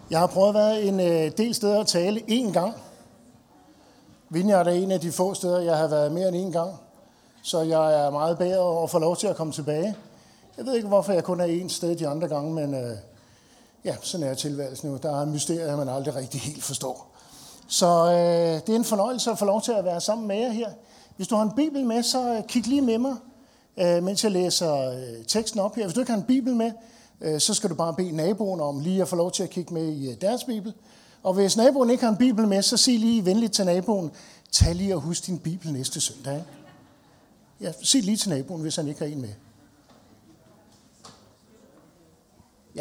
Jeg har prøvet at være en del steder at tale én gang. Vineyard er en af de få steder, jeg har været mere end én gang. Så jeg er meget bedre over at få lov til at komme tilbage. Jeg ved ikke, hvorfor jeg kun er én sted de andre gange, men sådan er tilværelsen nu. Der er mysterier, man aldrig rigtig helt forstår. Så det er en fornøjelse at få lov til at være sammen med jer her. Hvis du har en bibel med, så kig lige med mig, mens jeg læser teksten op her. Hvis du ikke har en bibel med, så skal du bare bede naboen om lige at få lov til at kigge med i deres bibel. Og hvis naboen ikke har en bibel med, så sig lige venligt til naboen, tag lige og husk din bibel næste søndag. Ikke? Ja, sig lige til naboen, hvis han ikke har en med. Ja.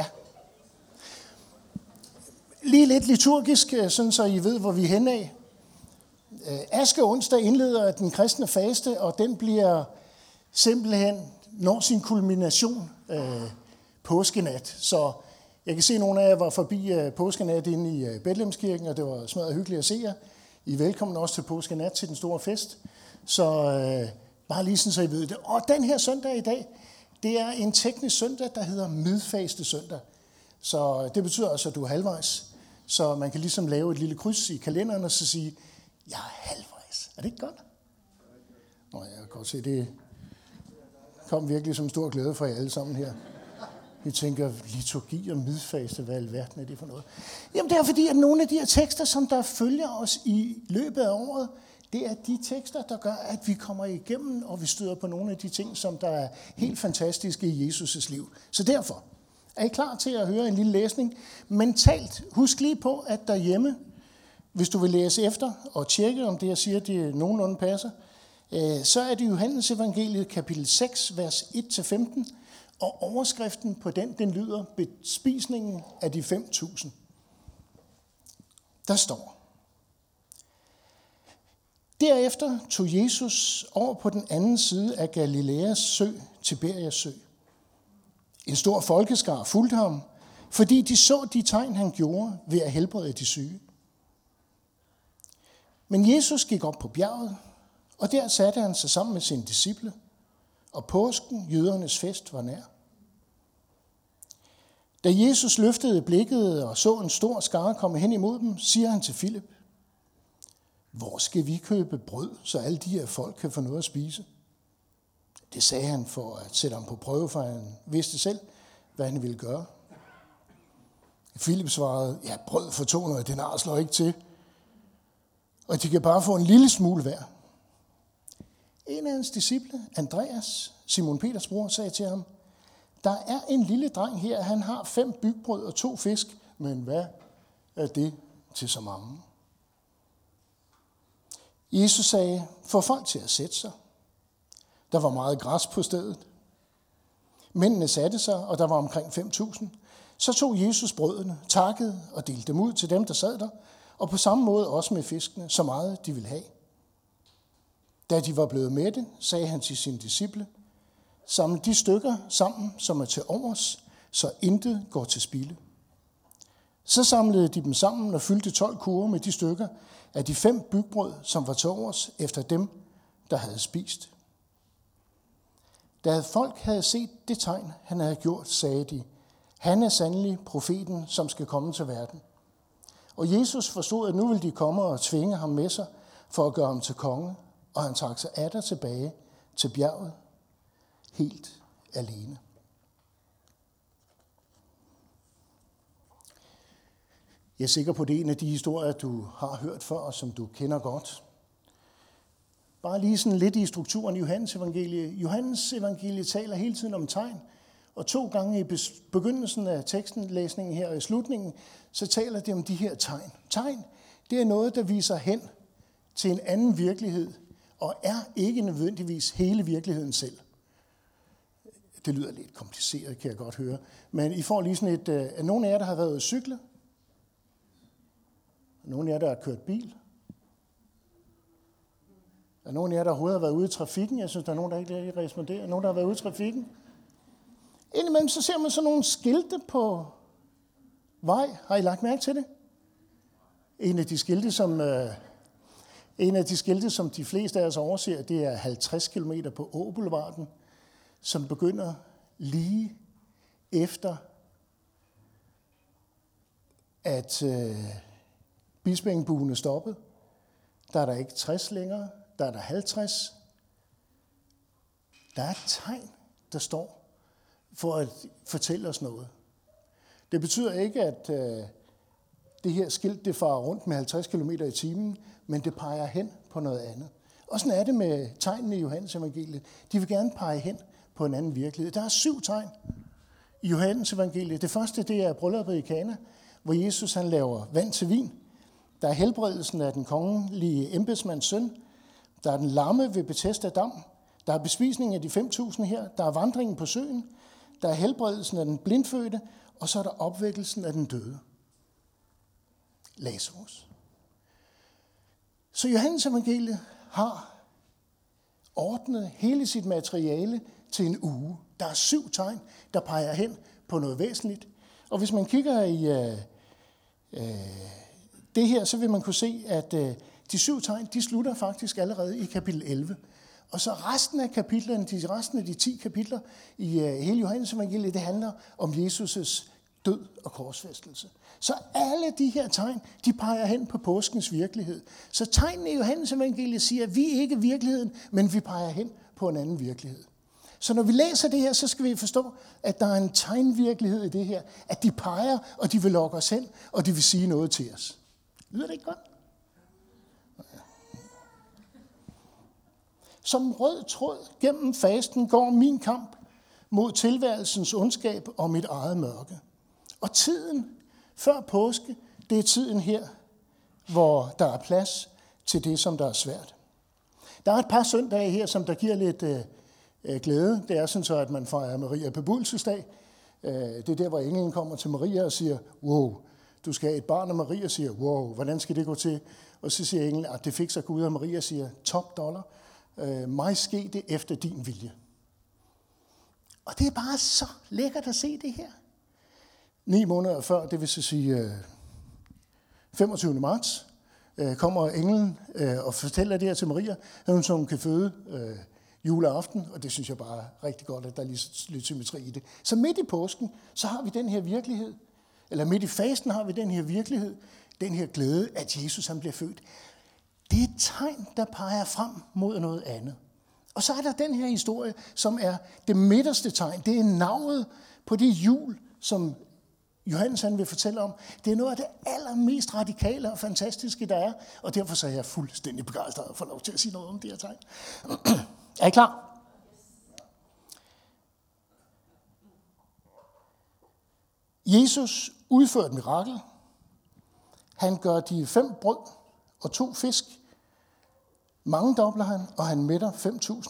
Lige lidt liturgisk, sådan så I ved, hvor vi er henne af. Askeonsdag indleder den kristne faste, og den bliver simpelthen når sin kulmination påskenat. Så jeg kan se, at nogle af jer var forbi påskenat inde i Betlehemskirken, og det var smadret hyggeligt at se jer. I er velkommen også til påskenat til den store fest. Så bare lige sådan, så I ved det. Og den her søndag i dag, det er en teknisk søndag, der hedder midfaste søndag. Så det betyder altså, at du er halvvejs. Så man kan ligesom lave et lille kryds i kalenderen og så sige, jeg er halvvejs. Er det ikke godt? Nå, jeg kan godt se, det kom virkelig som stor glæde for jer alle sammen her. Vi tænker, liturgi og midfaste, hvad i alverden er det for noget? Jamen det er fordi, at nogle af de her tekster, som der følger os i løbet af året, det er de tekster, der gør, at vi kommer igennem, og vi støder på nogle af de ting, som der er helt fantastiske i Jesus' liv. Så derfor er I klar til at høre en lille læsning. Mentalt, husk lige på, at derhjemme, hvis du vil læse efter og tjekke, om det jeg siger, det nogenlunde passer, så er det Johannes evangeliet kapitel 6, vers 1-15, og overskriften på den lyder, bespisningen af de 5.000. Der står: Derefter tog Jesus over på den anden side af Galilæas sø, Tiberias sø. En stor folkeskar fulgte ham, fordi de så de tegn, han gjorde ved at helbrede de syge. Men Jesus gik op på bjerget, og der satte han sig sammen med sine disciple, og påsken, jødernes fest, var nær. Da Jesus løftede blikket og så en stor skare komme hen imod dem, siger han til Filip: Hvor skal vi købe brød, så alle de her folk kan få noget at spise? Det sagde han for at sætte ham på prøve, for han vidste selv, hvad han ville gøre. Filip svarede: Ja, brød for 200 denar slår ikke til, og de kan bare få en lille smule hver. En af hans disciple, Andreas, Simon Peters bror, sagde til ham: Der er en lille dreng her, han har 5 bygbrød og 2 fisk, men hvad er det til så mange? Jesus sagde: Få folk til at sætte sig. Der var meget græs på stedet. Mændene satte sig, og der var omkring 5.000. Så tog Jesus brødene, takkede og delte dem ud til dem, der sad der, og på samme måde også med fiskene, så meget de ville have. Da de var blevet mætte, sagde han til sine disciple: Samle de stykker sammen, som er til overs, så intet går til spilde. Så samlede de dem sammen og fyldte 12 kurve med de stykker af de 5 bygbrød, som var til overs efter dem, der havde spist. Da folk havde set det tegn, han havde gjort, sagde de: Han er sandelig profeten, som skal komme til verden. Og Jesus forstod, at nu ville de komme og tvinge ham med sig for at gøre ham til konge, og han trak sig atter tilbage til bjerget, helt alene. Jeg er sikker på, at det er en af de historier, du har hørt før, og som du kender godt. Bare lige sådan lidt i strukturen i Johannes evangeliet. Johannes evangeliet taler hele tiden om tegn, og 2 gange i begyndelsen af tekstenlæsningen her og i slutningen, så taler det om de her tegn. Tegn, det er noget, der viser hen til en anden virkelighed, og er ikke nødvendigvis hele virkeligheden selv. Det lyder lidt kompliceret, kan jeg godt høre. Men I får lige sådan et... Er nogen af jer, der har været ude at cykle? Er nogen af jer, der har kørt bil? Er nogen af jer, der overhovedet har været ude i trafikken? Jeg synes, der er nogen, der ikke responderer. Er nogen, der har været ude i trafikken? Indimellem så ser man sådan nogle skilte på vej. Har I lagt mærke til det? En af de skilte, som de fleste af os overser, det er 50 km på Åboulevarden, som begynder lige efter at bispeengbuen er stoppet. Der er der ikke 60 længere, der er der 50. Der er et tegn, der står for at fortælle os noget. Det betyder ikke, at det her skilt det farer rundt med 50 km i timen, men det peger hen på noget andet. Og sådan er det med tegnene i Johannes evangeliet. De vil gerne pege hen på en anden virkelighed. Der er 7 tegn i Johannes evangeliet. Det første, det er brylluppet i Kana, hvor Jesus han laver vand til vin. Der er helbredelsen af den kongelige embedsmands søn. Der er den lamme ved Betesda Dam. Der er bespisningen af de 5.000 her. Der er vandringen på søen. Der er helbredelsen af den blindfødte. Og så er der opvækkelsen af den døde. Lazarus. Så Johannes evangeliet har ordnet hele sit materiale til en uge. Der er 7 tegn, der peger hen på noget væsentligt. Og hvis man kigger i det her, så vil man kunne se, at de 7 tegn, de slutter faktisk allerede i kapitel 11. Og så resten af kapitlerne, resten af de 10 kapitler i hele Johannes evangeliet, det handler om Jesus' død og korsfæstelse. Så alle de her tegn, de peger hen på påskens virkelighed. Så tegnene i Johannes evangeliet siger, at vi ikke er virkeligheden, men vi peger hen på en anden virkelighed. Så når vi læser det her, så skal vi forstå, at der er en tegnvirkelighed i det her. At de peger, og de vil lokke os hen, og de vil sige noget til os. Lyder det ikke godt? Som rød tråd gennem fasten går min kamp mod tilværelsens ondskab og mit eget mørke. Og tiden før påske, det er tiden her, hvor der er plads til det, som der er svært. Der er et par søndage her, som der giver lidt glæde. Det er sådan så, at man fejrer Maria bebudelsesdag. Det er der, hvor englen kommer til Maria og siger, wow, du skal have et barn, og Maria siger, wow, hvordan skal det gå til? Og så siger englen, at det fikser Gud, og Maria siger, top dollar, mig ske det efter din vilje. Og det er bare så lækkert at se det her. 9 måneder før, det vil sige 25. marts, kommer englen og fortæller det her til Maria, at hun kan føde juleaften, og det synes jeg bare er rigtig godt, at der er lidt symmetri i det. Så midt i påsken, så har vi den her virkelighed, eller midt i fasten har vi den her virkelighed, den her glæde, at Jesus han bliver født. Det er et tegn, der peger frem mod noget andet. Og så er der den her historie, som er det midterste tegn. Det er navnet på det jul, som Johannes han vil fortælle om. Det er noget af det allermest radikale og fantastiske, der er. Og derfor så er jeg fuldstændig begejstret for lov til at sige noget om det her tegn. Er I klar? Jesus udfører et mirakel. Han gør de 5 brød og 2 fisk. Mange dobler han, og han mætter 5.000.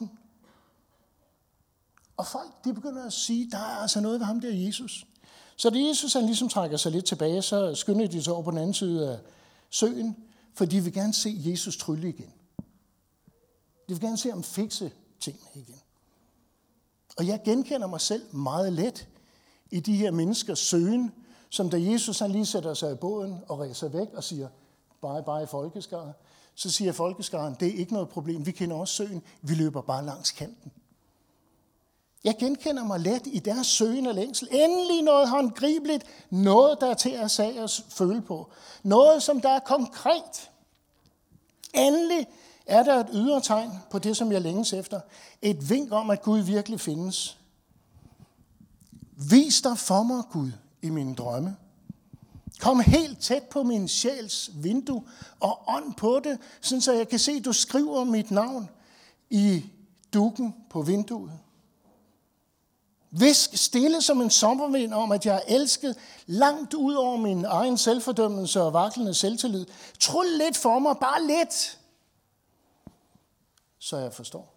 Og folk, de begynder at sige, der er altså noget ved ham der Jesus. Så da Jesus han ligesom trækker sig lidt tilbage, så skynder de sig over på den anden side af søen, for de vil gerne se Jesus trylle igen. De vil gerne se ham fikse tingene igen. Og jeg genkender mig selv meget let i de her menneskers søgen, som da Jesus han lige sætter sig i båden og ræser væk og siger, bye bye folkeskare, så siger folkeskaren, det er ikke noget problem, vi kender også søen, vi løber bare langs kanten. Jeg genkender mig let i deres søgen og længsel. Endelig noget håndgribeligt, noget der er til at sige os føle på. Noget som der er konkret. Endelig er der et ydre tegn på det, som jeg længes efter. Et vink om, at Gud virkelig findes. Vis dig for mig, Gud, i mine drømme. Kom helt tæt på min sjæls vindue og ånd på det, så jeg kan se, at du skriver mit navn i dukken på vinduet. Visk stille som en sommervind om, at jeg er elsket langt ud over min egen selvfordømmelse og vaklende selvtillid. Trul lidt for mig, bare lidt, så jeg forstår.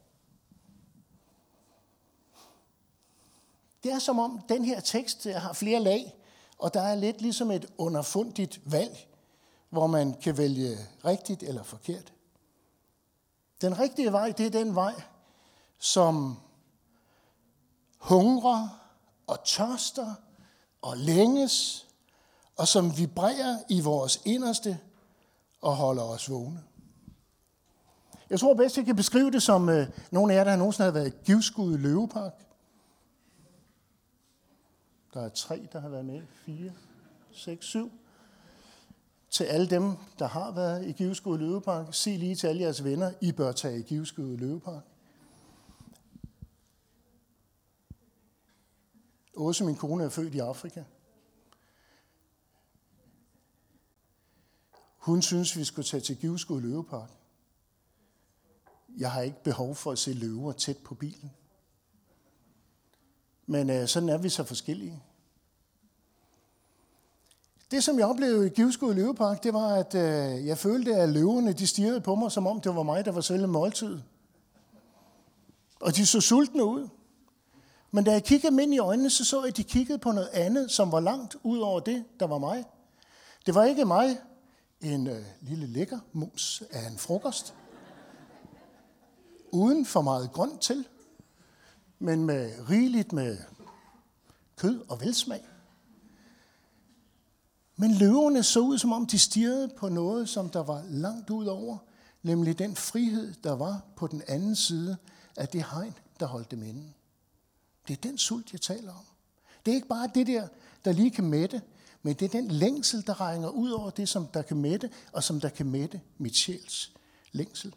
Det er som om den her tekst har flere lag, og der er lidt ligesom et underfundigt valg, hvor man kan vælge rigtigt eller forkert. Den rigtige vej, det er den vej, som hungrer og tørster og længes, og som vibrerer i vores inderste og holder os vågne. Jeg tror bedst, jeg kan beskrive det som nogle af jer, der nogensinde har været i Givskud Løvepark. Der er 3, der har været med. 4, 6, 7. til alle dem, der har været i Givskud Løvepark. Sig lige til alle jeres venner, I bør tage i Givskud Løvepark. Åse, min kone, er født i Afrika. Hun synes, vi skulle tage til Givskud Løvepark. Jeg har ikke behov for at se løver tæt på bilen. Men sådan er vi så forskellige. Det, som jeg oplevede i Givskud Løvepark, det var, at jeg følte, at løverne de stirrede på mig, som om det var mig, der var selve måltid. Og de så sultne ud. Men da jeg kiggede dem ind i øjnene, så jeg, at de kiggede på noget andet, som var langt ud over det, der var mig. Det var ikke mig, en lille lækker mums af en frokost, uden for meget grønt til, men med rigeligt med kød og velsmag. Men løverne så ud, som om de stirrede på noget, som der var langt ud over, nemlig den frihed, der var på den anden side af det hegn, der holdt dem inde. Det er den sult, jeg taler om. Det er ikke bare det der lige kan mætte, men det er den længsel, der rænger ud over det, som der kan mætte, og som der kan mætte mit sjæls længsel.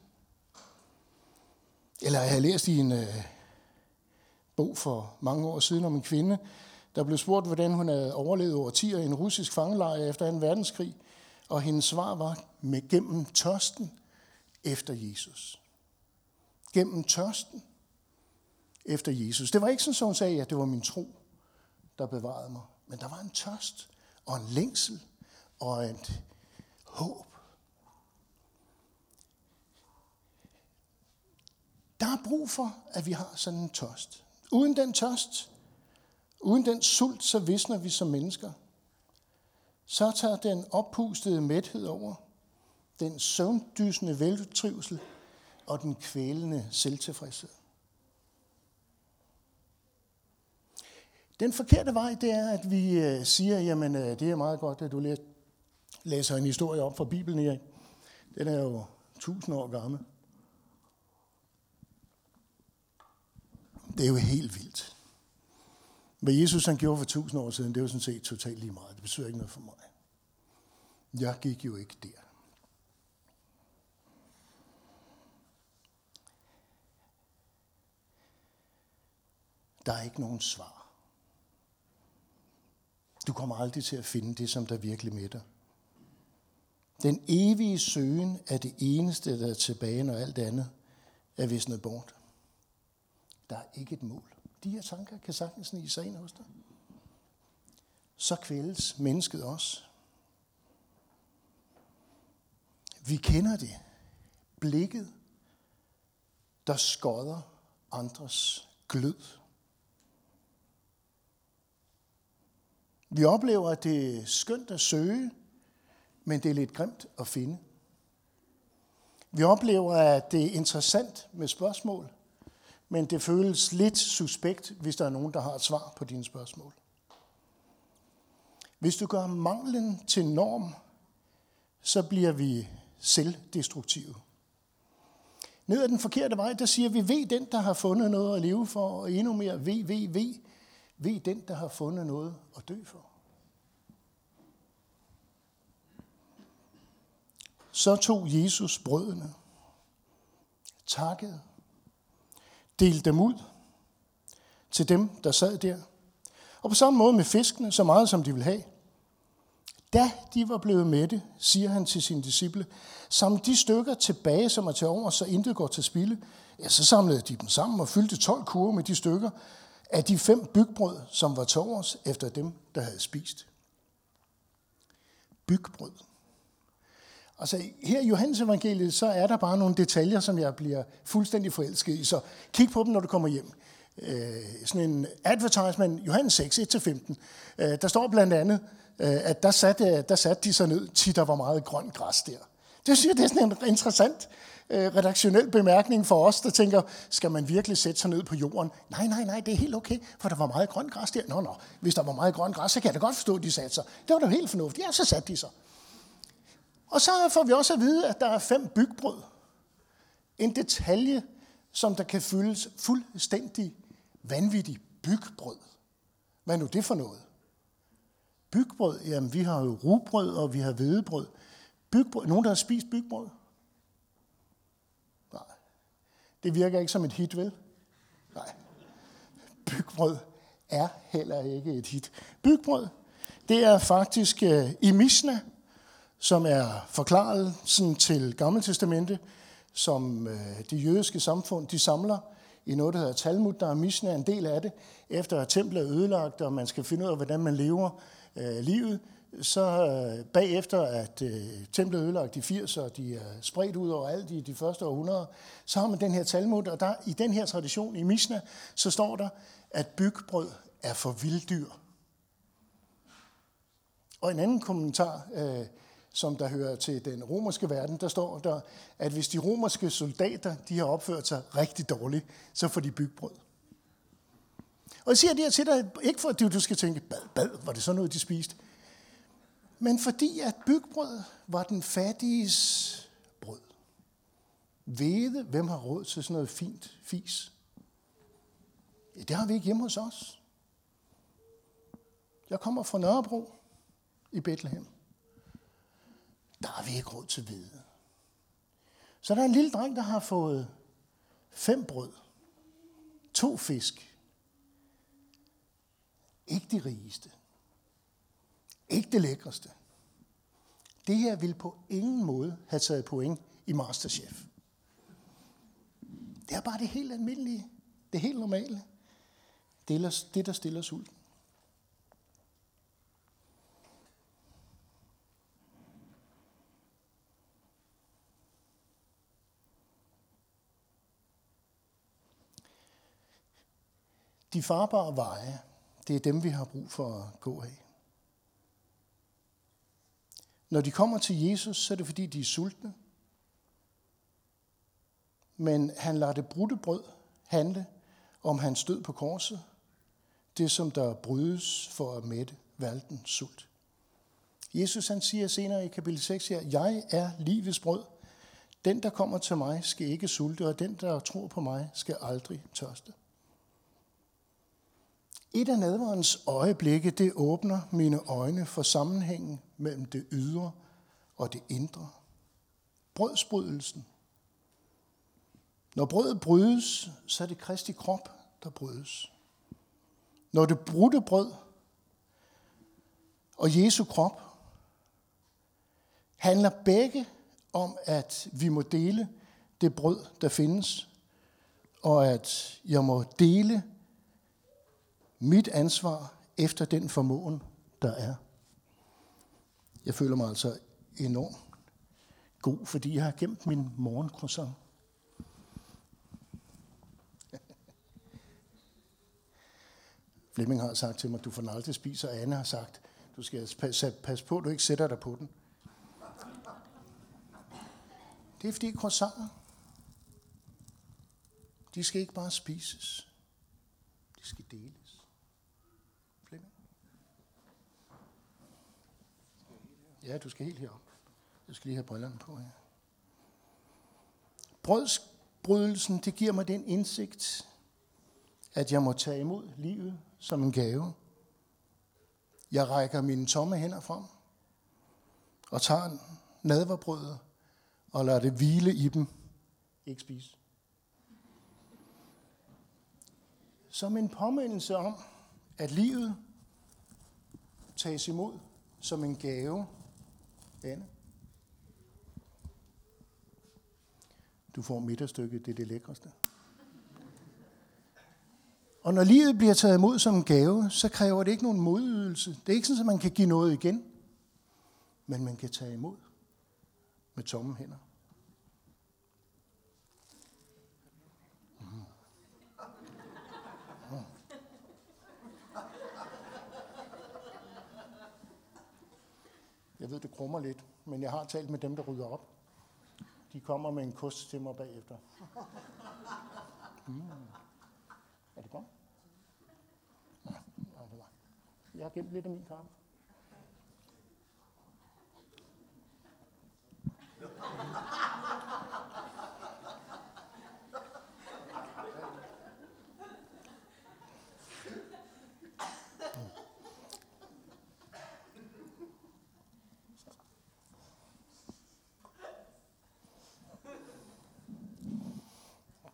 Eller jeg har læst i en bog for mange år siden om en kvinde, der blev spurgt, hvordan hun havde overlevet over 10 år i en russisk fangelejr efter 2. verdenskrig, og hendes svar var gennem tørsten efter Jesus. Gennem tørsten efter Jesus. Det var ikke sådan, at hun sagde, at det var min tro, der bevarede mig. Men der var en tørst og en længsel og et håb. Der er brug for, at vi har sådan en tørst. Uden den tørst, uden den sult, så visner vi som mennesker. Så tager den oppustede mæthed over, den søvndysende veltrivsel og den kvælende selvtilfredshed. Den forkerte vej, det er, at vi siger, jamen det er meget godt, at du læser en historie op fra Bibelen, Erik. Den er jo 1000 år gammel. Det er jo helt vildt. Hvad Jesus han gjorde for 1000 år siden, det er jo sådan set totalt lige meget. Det betyder ikke noget for mig. Jeg gik jo ikke der. Der er ikke nogen svar. Du kommer aldrig til at finde det, som der virkelig mætter. Den evige søgen er det eneste, der er tilbage, når alt andet er visnet bort. Der er ikke et mål. De her tanker kan sagtens snige sig ind hos dig. Så kvældes mennesket også. Vi kender det. Blikket, der skodder andres glød. Vi oplever, at det er skønt at søge, men det er lidt grimt at finde. Vi oplever, at det er interessant med spørgsmål, men det føles lidt suspekt, hvis der er nogen, der har et svar på dine spørgsmål. Hvis du gør manglen til norm, så bliver vi selvdestruktive. Ned ad den forkerte vej, der siger vi, ved den, der har fundet noget at leve for, og endnu mere, ved den, der har fundet noget at dø for. Så tog Jesus brødene, takkede, delte dem ud til dem, der sad der. Og på samme måde med fiskene, så meget som de ville have. Da de var blevet mætte, siger han til sine disciple, samle de stykker tilbage, som er til over, så intet går til spilde. Ja, så samlede de dem sammen og fyldte 12 kurve med de stykker af de 5 bygbrød, som var til overs efter dem, der havde spist. Bygbrød. Altså her i Johannes evangeliet, så er der bare nogle detaljer, som jeg bliver fuldstændig forelsket i. Så kig på dem, når du kommer hjem. Sådan en advertisement, Johannes 6, 1-15. Der står blandt andet, at der satte de sig ned, til der var meget grønt græs der. Det synes jeg, det er sådan en interessant redaktionel bemærkning for os, der tænker, skal man virkelig sætte sig ned på jorden? Nej, det er helt okay, for der var meget grønt græs der. Nå, hvis der var meget grønt græs, så kan jeg da godt forstå, at de satte sig. Det var da helt fornuftigt. Ja, så satte de sig. Og så får vi også at vide, at der er 5 bygbrød. En detalje, som der kan fyldes fuldstændig vanvittig bygbrød. Hvad er nu det for noget? bygbrød, jamen vi har jo rugbrød, og vi har hvedebrød. Bygbrød, nogen der har spist bygbrød? Nej. Det virker ikke som et hit, vel? Nej. Bygbrød er heller ikke et hit. Bygbrød, det er faktisk i Mishnah, som er forklarelsen til Gamle Testamente, som de jødiske samfund, de samler i noget, der hedder Talmud. Der er Mishnah en del af det. Efter at templet er ødelagt, og man skal finde ud af, hvordan man lever livet, så bagefter, at templet er ødelagt i 80'erne, og de er spredt ud over alt i de første århundreder, så har man den her Talmud, og der, i den her tradition i Mishnah, så står der, at bygbrød er for vilddyr. Og en anden kommentar, som der hører til den romerske verden, der står der, at hvis de romerske soldater, de har opført sig rigtig dårligt, så får de bygbrød. Og jeg siger det her til dig, ikke for at du skal tænke, bad, var det sådan noget, de spiste? Men fordi at bygbrød var den fattiges brød. Hvede, hvem har råd til sådan noget fint fis? Ja, det har vi ikke hjemme hos os. Jeg kommer fra Nørrebro i Bethlehem. Der har vi ikke råd til hvede. Så der er en lille dreng, der har fået 5 brød, 2 fisk. Ikke de rigeste. Ikke det lækreste. Det her vil på ingen måde have taget point i MasterChef. Det er bare det helt almindelige, det helt normale. Det, der stiller sulten. De farbare veje, det er dem, vi har brug for at gå af. Når de kommer til Jesus, så er det fordi, de er sultne. Men han lader det brudte brød handle om hans død på korset. Det, som der brydes for at mætte verdens sult. Jesus han siger senere i kapitel 6 her, jeg er livets brød. Den, der kommer til mig, skal ikke sulte, og den, der tror på mig, skal aldrig tørste. Et af nadverens øjeblikke, det åbner mine øjne for sammenhængen mellem det ydre og det indre. Brødsbrydelsen. Når brødet brydes, så er det Kristi krop, der brydes. Når det brudte brød og Jesu krop handler begge om, at vi må dele det brød, der findes, og at jeg må dele mit ansvar efter den formåen, der er. Jeg føler mig altså enormt god, fordi jeg har gemt min morgencroissant. Flemming har sagt til mig, at du får den aldrig spise, og Anne har sagt, du skal passe på, at du ikke sætter dig på den. Det er fordi croissanter, de skal ikke bare spises, de skal deles. Flemming? Ja, du skal helt herop. Jeg skal lige have brillerne på her. Brødsbrydelsen, det giver mig den indsigt, at jeg må tage imod livet som en gave. Jeg rækker mine tomme hænder frem og tager nadverbrødet og lader det hvile i dem. Ikke spise. Som en påmindelse om, at livet tages imod som en gave. Anne. Du får midterstykket, det er det lækreste. Og når livet bliver taget imod som en gave, så kræver det ikke nogen modydelse. Det er ikke sådan, at man kan give noget igen, men man kan tage imod med tomme hænder. Jeg ved, det krummer lidt, men jeg har talt med dem, der rydder op. De kommer med en kost til mig bagefter. Er det godt? Nej, jeg har gemt lidt af min kaffe.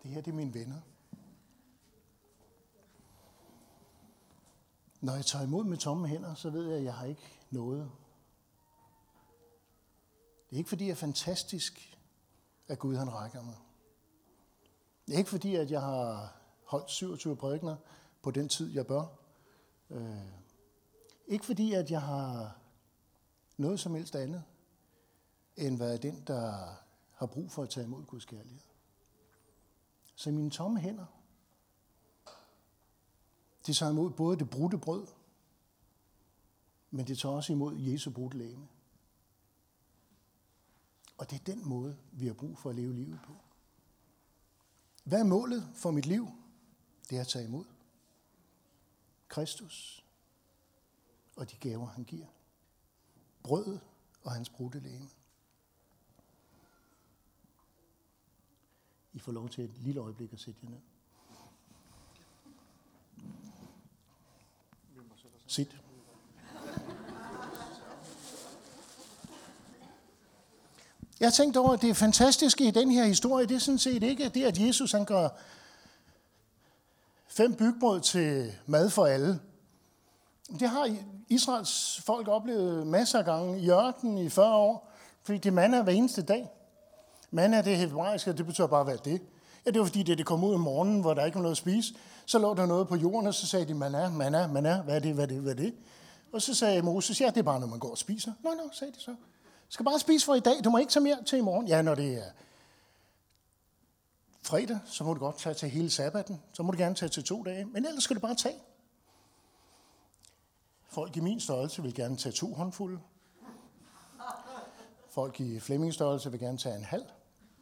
det her det er mine venner. Når jeg tager imod med tomme hænder, så ved jeg, at jeg har ikke noget. Det er ikke fordi, jeg er fantastisk, at Gud han rækker mig. Det er ikke fordi, at jeg har holdt 27 prædikener på den tid, jeg bør. Ikke fordi, at jeg har noget som helst andet, end hvad den, der har brug for at tage imod Guds kærlighed. Så mine tomme hænder, de tager imod både det brudte brød, men de tager også imod Jesu brudte legeme. Og det er den måde, vi har brug for at leve livet på. Hvad er målet for mit liv? Det er at tage imod Kristus og de gaver, han giver. Brødet og hans brudte legeme. I får lov til et lille øjeblik at sætte jer ned. Sit. Jeg tænkte over, at det fantastiske i den her historie, det er sådan set ikke det, at Jesus han gør 5 bygbrød til mad for alle. Det har Israels folk oplevet masser af gange i ørkenen i 40 år, fordi det manna hver eneste dag. Manna, det hebraiske, det betyder bare, hvad det. Ja, det var fordi, det kom ud om morgenen, hvor der ikke var noget at spise. Så lå der noget på jorden, og så sagde de, manna, hvad er det? Og så sagde Moses, ja, det er bare, når man går og spiser. Nå, sagde de så. Du skal bare spise for i dag, du må ikke tage mere til i morgen. Ja, når det er fredag, så må du godt tage til hele sabbaten. Så må du gerne tage til 2 dage, men ellers skal du bare tage. Folk i min størrelse vil gerne tage 2 håndfulde. Folk i Flemmings størrelse vil gerne tage en halv.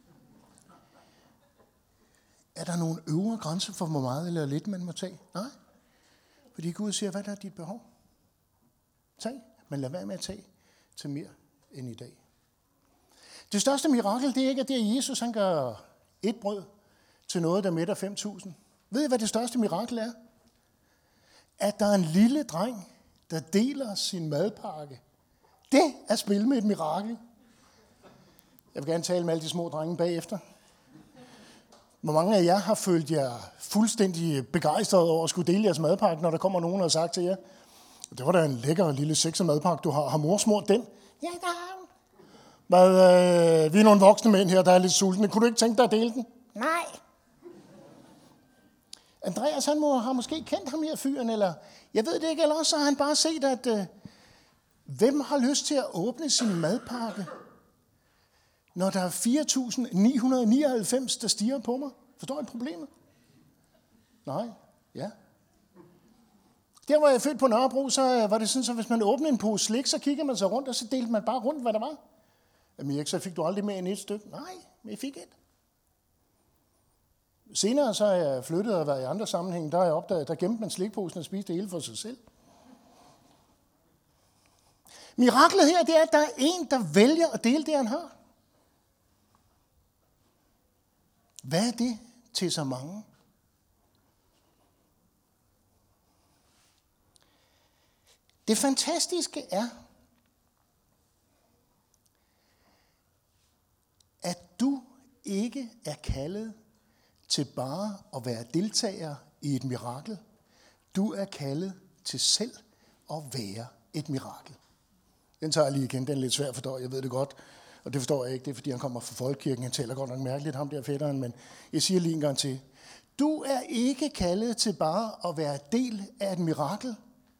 Er der nogen øvre grænse for, hvor meget eller lidt man må tage? Nej. Fordi Gud siger, hvad der er dit behov? Tag, men lad være med at tage til mere end i dag. Det største mirakel, det er ikke, at det er Jesus, han gør 1 brød til noget, der mætter 5.000. Ved I, hvad det største mirakel er? At der er en lille dreng, der deler sin madpakke. Det er spil med et mirakel. Jeg vil gerne tale med alle de små drenge bagefter. Hvor mange af jer har følt jer fuldstændig begejstret over at skulle dele jeres madpakke, når der kommer nogen og har sagt til jer, det var da en lækker lille 6 madpakke, du har. Har mor smurt den? Ja, der har hun. Vi er nogle voksne mænd her, der er lidt sultne. Kunne du ikke tænke dig at dele den? Nej. Andreas, han har måske kendt ham her fyren, eller jeg ved det ikke, eller også har han bare set, at hvem har lyst til at åbne sin madpakke, når der er 4.999, der stiger på mig? Forstår I problemet? Nej, ja. Der, hvor jeg er født på Nørrebro, så var det sådan, så hvis man åbnede en pose slik, så kiggede man sig rundt, og så delte man bare rundt, hvad der var. Jamen Erik, så fik du aldrig mere end 1 stykke. Nej, men jeg fik 1. Senere så er jeg flyttet og været i andre sammenhæng, der har jeg opdaget, der gemte man slikposen og spiste det hele for sig selv. Miraklet her, det er, at der er en, der vælger at dele det, han har. Hvad er det til så mange? Det fantastiske er, at du ikke er kaldet til bare at være deltager i et mirakel. Du er kaldet til selv at være et mirakel. Den tager jeg lige igen, den er lidt svær at forstå, jeg ved det godt. Og det forstår jeg ikke, det er fordi han kommer fra folkekirken, han taler godt nok mærkeligt, ham der fætteren, men jeg siger lige en gang til. Du er ikke kaldet til bare at være del af et mirakel.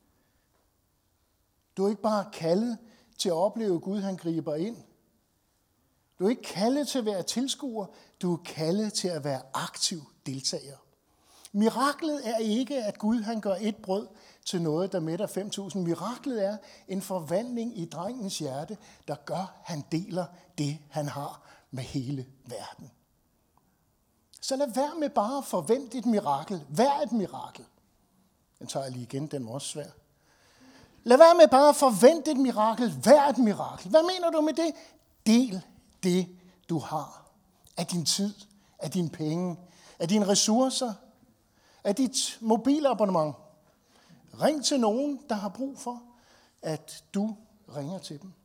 Du er ikke bare kaldet til at opleve, at Gud han griber ind. Du er ikke kaldet til at være tilskuer, du er kaldet til at være aktiv deltager. Miraklet er ikke, at Gud han gør 1 brød til noget, der mætter 5.000. Miraklet er en forvandling i drengens hjerte, der gør, han deler det, han har med hele verden. Så lad være med bare at forvente et mirakel. Vær et mirakel. Den tager jeg lige igen, den var også svær. Lad være med bare at forvente et mirakel. Vær et mirakel. Hvad mener du med det? Del det, du har. Af din tid, af dine penge, af dine ressourcer, af dit mobilabonnement. Ring til nogen, der har brug for, at du ringer til dem.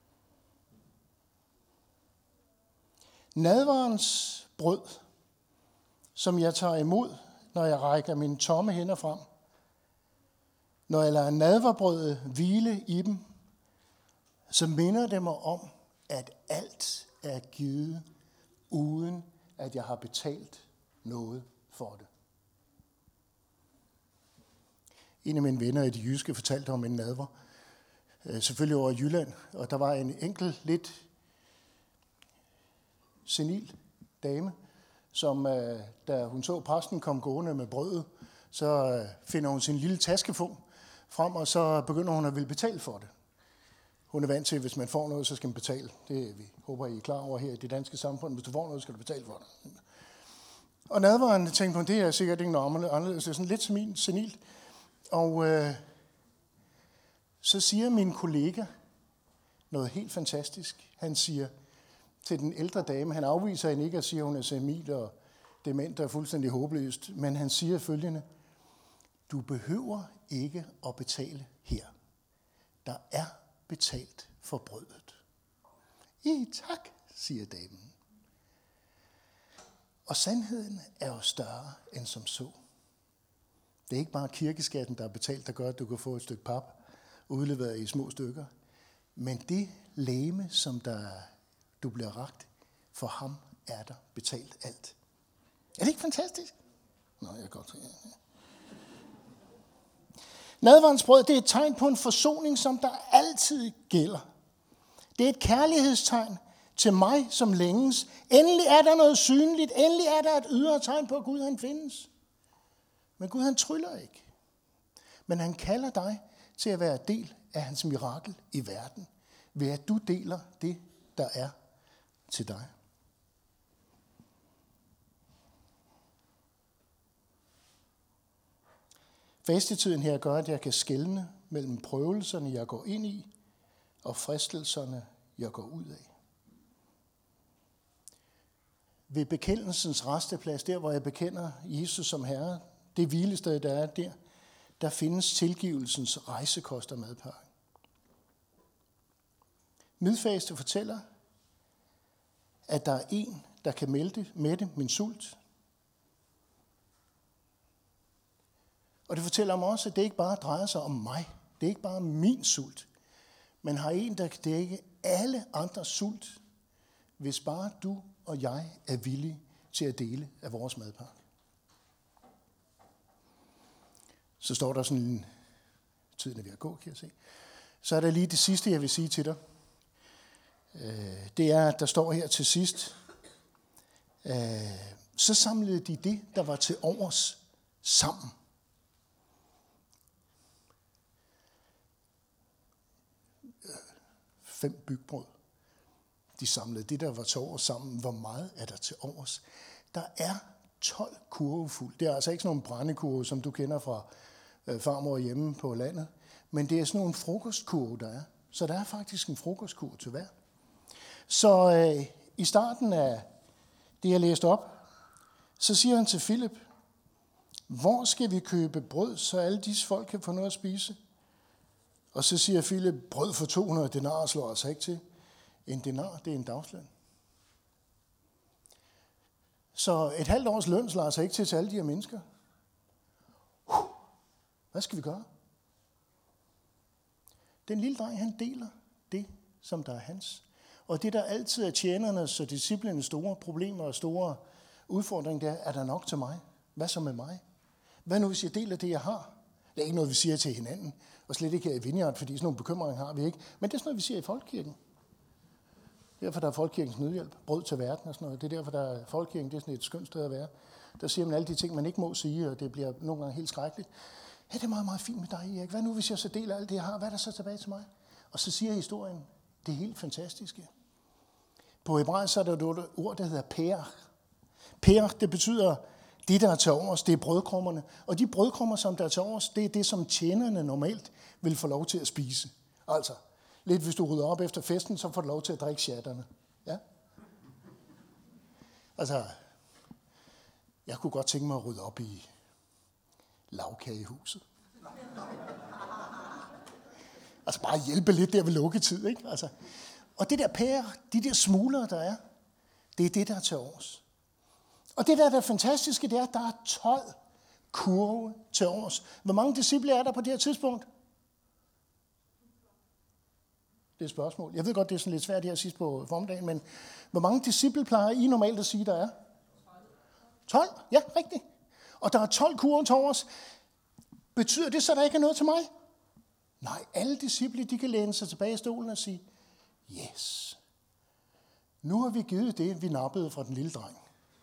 Nadverens brød som jeg tager imod, når jeg rækker mine tomme hænder frem. Når jeg lader nadverbrødet hvile i dem, så minder det mig om, at alt er givet, uden at jeg har betalt noget for det. En af mine venner i det jyske fortalte om en nadver, selvfølgelig over i Jylland, og der var en enkelt lidt senil dame, som da hun så præsten komme gående med brødet, så finder hun sin lille taskefon frem, og så begynder hun at ville betale for det. Hun er vant til, at hvis man får noget, så skal man betale. Det vi håber, I er klar over her i det danske samfund. Hvis du får noget, skal du betale for det. Og nadveren tænkte på, det er sikkert ikke noget anderledes. Det er sådan lidt senilt. Og så siger min kollega noget helt fantastisk. Han siger til den ældre dame, han afviser hende ikke at sige, at hun er senil og dement og fuldstændig håbløst, men han siger følgende: du behøver ikke at betale her. Der er betalt for brødet. Tak, siger damen. Og sandheden er jo større end som så. Det er ikke bare kirkeskatten, der er betalt, der gør, at du kan få et stykke pap udleveret i små stykker. Men det legeme, som du bliver rakt, for ham er der betalt alt. Er det ikke fantastisk? Nå, jeg kan godt se. Nadverensbrød, det er et tegn på en forsoning, som der altid gælder. Det er et kærlighedstegn til mig, som længes. Endelig er der noget synligt. Endelig er der et ydre tegn på, at Gud han findes. Men Gud han tryller ikke. Men han kalder dig til at være del af hans mirakel i verden, ved at du deler det, der er til dig. Fastetiden her gør, at jeg kan skelne mellem prøvelserne, jeg går ind i, og fristelserne, jeg går ud af. Ved bekendelsens resteplads, der hvor jeg bekender Jesus som Herre, det hvilested, der er der findes tilgivelsens rejsekost og madpakke. Midfaste fortæller, at der er en, der kan mætte min sult. Og det fortæller mig også, at det ikke bare drejer sig om mig. Det er ikke bare min sult. Men har en, der kan dække alle andres sult, hvis bare du og jeg er villige til at dele af vores madpakke. Så står der sådan en, tiden er ved at gå, kan jeg se. Så er der lige det sidste, jeg vil sige til dig. Det er, at der står her til sidst, så samlede de det, der var til overs, sammen. Fem bygbrød. De samlede det, der var til overs sammen. Hvor meget er der til overs? Der er 12 kurve fuld. Det er altså ikke sådan nogle brændekurve, som du kender fra farmor hjemme på landet. Men det er sådan nogle frokostkurve, der er. Så der er faktisk en frokostkurve til hver. Så i starten af det, jeg læste op, så siger han til Filip, hvor skal vi købe brød, så alle disse folk kan få noget at spise? Og så siger Filip, brød for 200 denarer slår altså ikke til. En denar, det er en dagsløn. Så et halvt års løn slår altså ikke til alle de her mennesker. Hvad skal vi gøre? Den lille dreng, han deler det, som der er hans. Og det, der altid er tjenernes og disciplinens store problemer og store udfordringer, det er der nok til mig? Hvad så med mig? Hvad nu, hvis jeg deler det, jeg har? Det er ikke noget, vi siger til hinanden, og slet ikke her i Vineyard, fordi sådan nogle bekymringer har vi ikke. Men det er sådan noget, vi siger i Folkekirken. Derfor der er Folkekirkens Nødhjælp, brød til verden og sådan noget. Det er derfor, der er Folkekirken, det er sådan et skønt sted at være. Der siger man alle de ting, man ikke må sige, og det bliver nogle gange helt skrækkeligt. Ja, det er meget, meget fint med dig, Erik. Hvad nu, hvis jeg så deler alt det, jeg har? Hvad er der så tilbage til mig? Og så siger historien, det er helt fantastiske. På hebraisk så er der et ord, der hedder peach. Peach, det betyder det, der er til overs, det er brødkrummerne. Og de brødkrummer, som der er til overs, det er det, som tjenerne normalt vil få lov til at spise. Altså, lidt hvis du rydder op efter festen, så får du lov til at drikke shatterne. Ja? Altså, jeg kunne godt tænke mig at rydde op i lavkagehuset. Altså bare hjælpe lidt der ved lukketid, ikke? Altså, og det der pære, de der smuglere, der er, det er det, der er til overs. Og det der er fantastiske, det er, at der er 12 kurve til års. Hvor mange disciple er der på det her tidspunkt? Det er et spørgsmål. Jeg ved godt, det er sådan lidt svært her sidst på formiddagen, men hvor mange disciple plejer I normalt at sige, der er? 12? Ja, rigtigt. Og der er 12 kurve til års. Betyder det så, at der ikke er noget til mig? Nej, alle disciple, de kan læne sig tilbage i stolen og sige, yes, nu har vi givet det, vi nappede fra den lille dreng.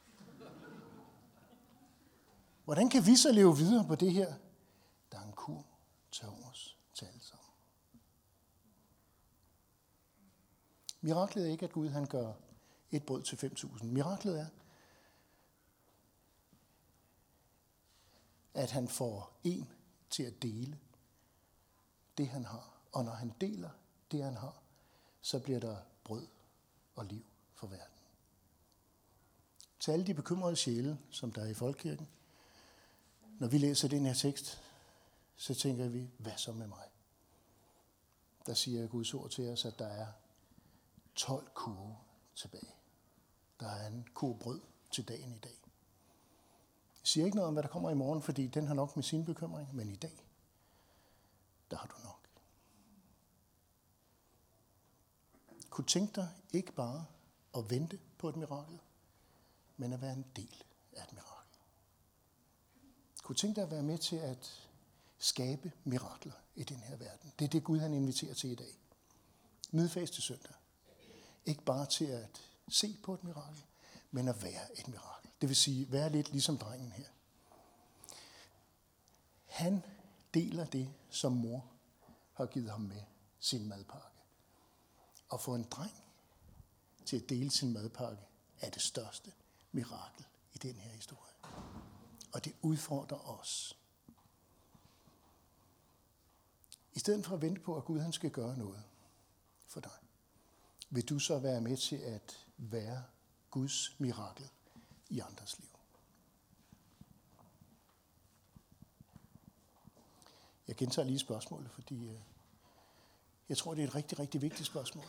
Hvordan kan vi så leve videre på det her? Der er en kur til års til alle sammen. Miraklet er ikke, at Gud han gør et brød til 5.000. Miraklet er, at han får en til at dele det, han har. Og når han deler det, han har, så bliver der brød og liv for verden. Til alle de bekymrede sjæle, som der er i folkekirken, når vi læser den her tekst, så tænker vi, hvad så med mig? Der siger Guds ord til os, at der er 12 kurve tilbage. Der er en kurv brød til dagen i dag. Jeg siger ikke noget om, hvad der kommer i morgen, fordi den har nok med sin bekymring, men i dag, der har du nok. Kunne tænke dig ikke bare at vente på et mirakel, men at være en del af et mirakel. Kunne tænke dig at være med til at skabe mirakler i den her verden. Det er det, Gud han inviterer til i dag. Middelfaste søndag. Ikke bare til at se på et mirakel, men at være et mirakel. Det vil sige, være lidt ligesom drengen her. Han deler det, som mor har givet ham med sin madpakke. At få en dreng til at dele sin madpakke er det største mirakel i den her historie. Og det udfordrer os. I stedet for at vente på, at Gud han skal gøre noget for dig, vil du så være med til at være Guds mirakel i andres liv. Jeg gentager lige spørgsmålet, fordi jeg tror, det er et rigtig, rigtig vigtigt spørgsmål.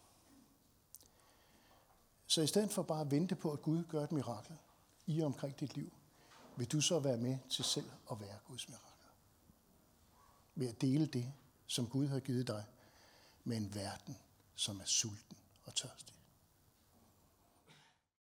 Så i stedet for bare at vente på, at Gud gør et mirakel i og omkring dit liv, vil du så være med til selv at være Guds mirakel. Ved at dele det, som Gud har givet dig, med en verden, som er sulten og tørstig.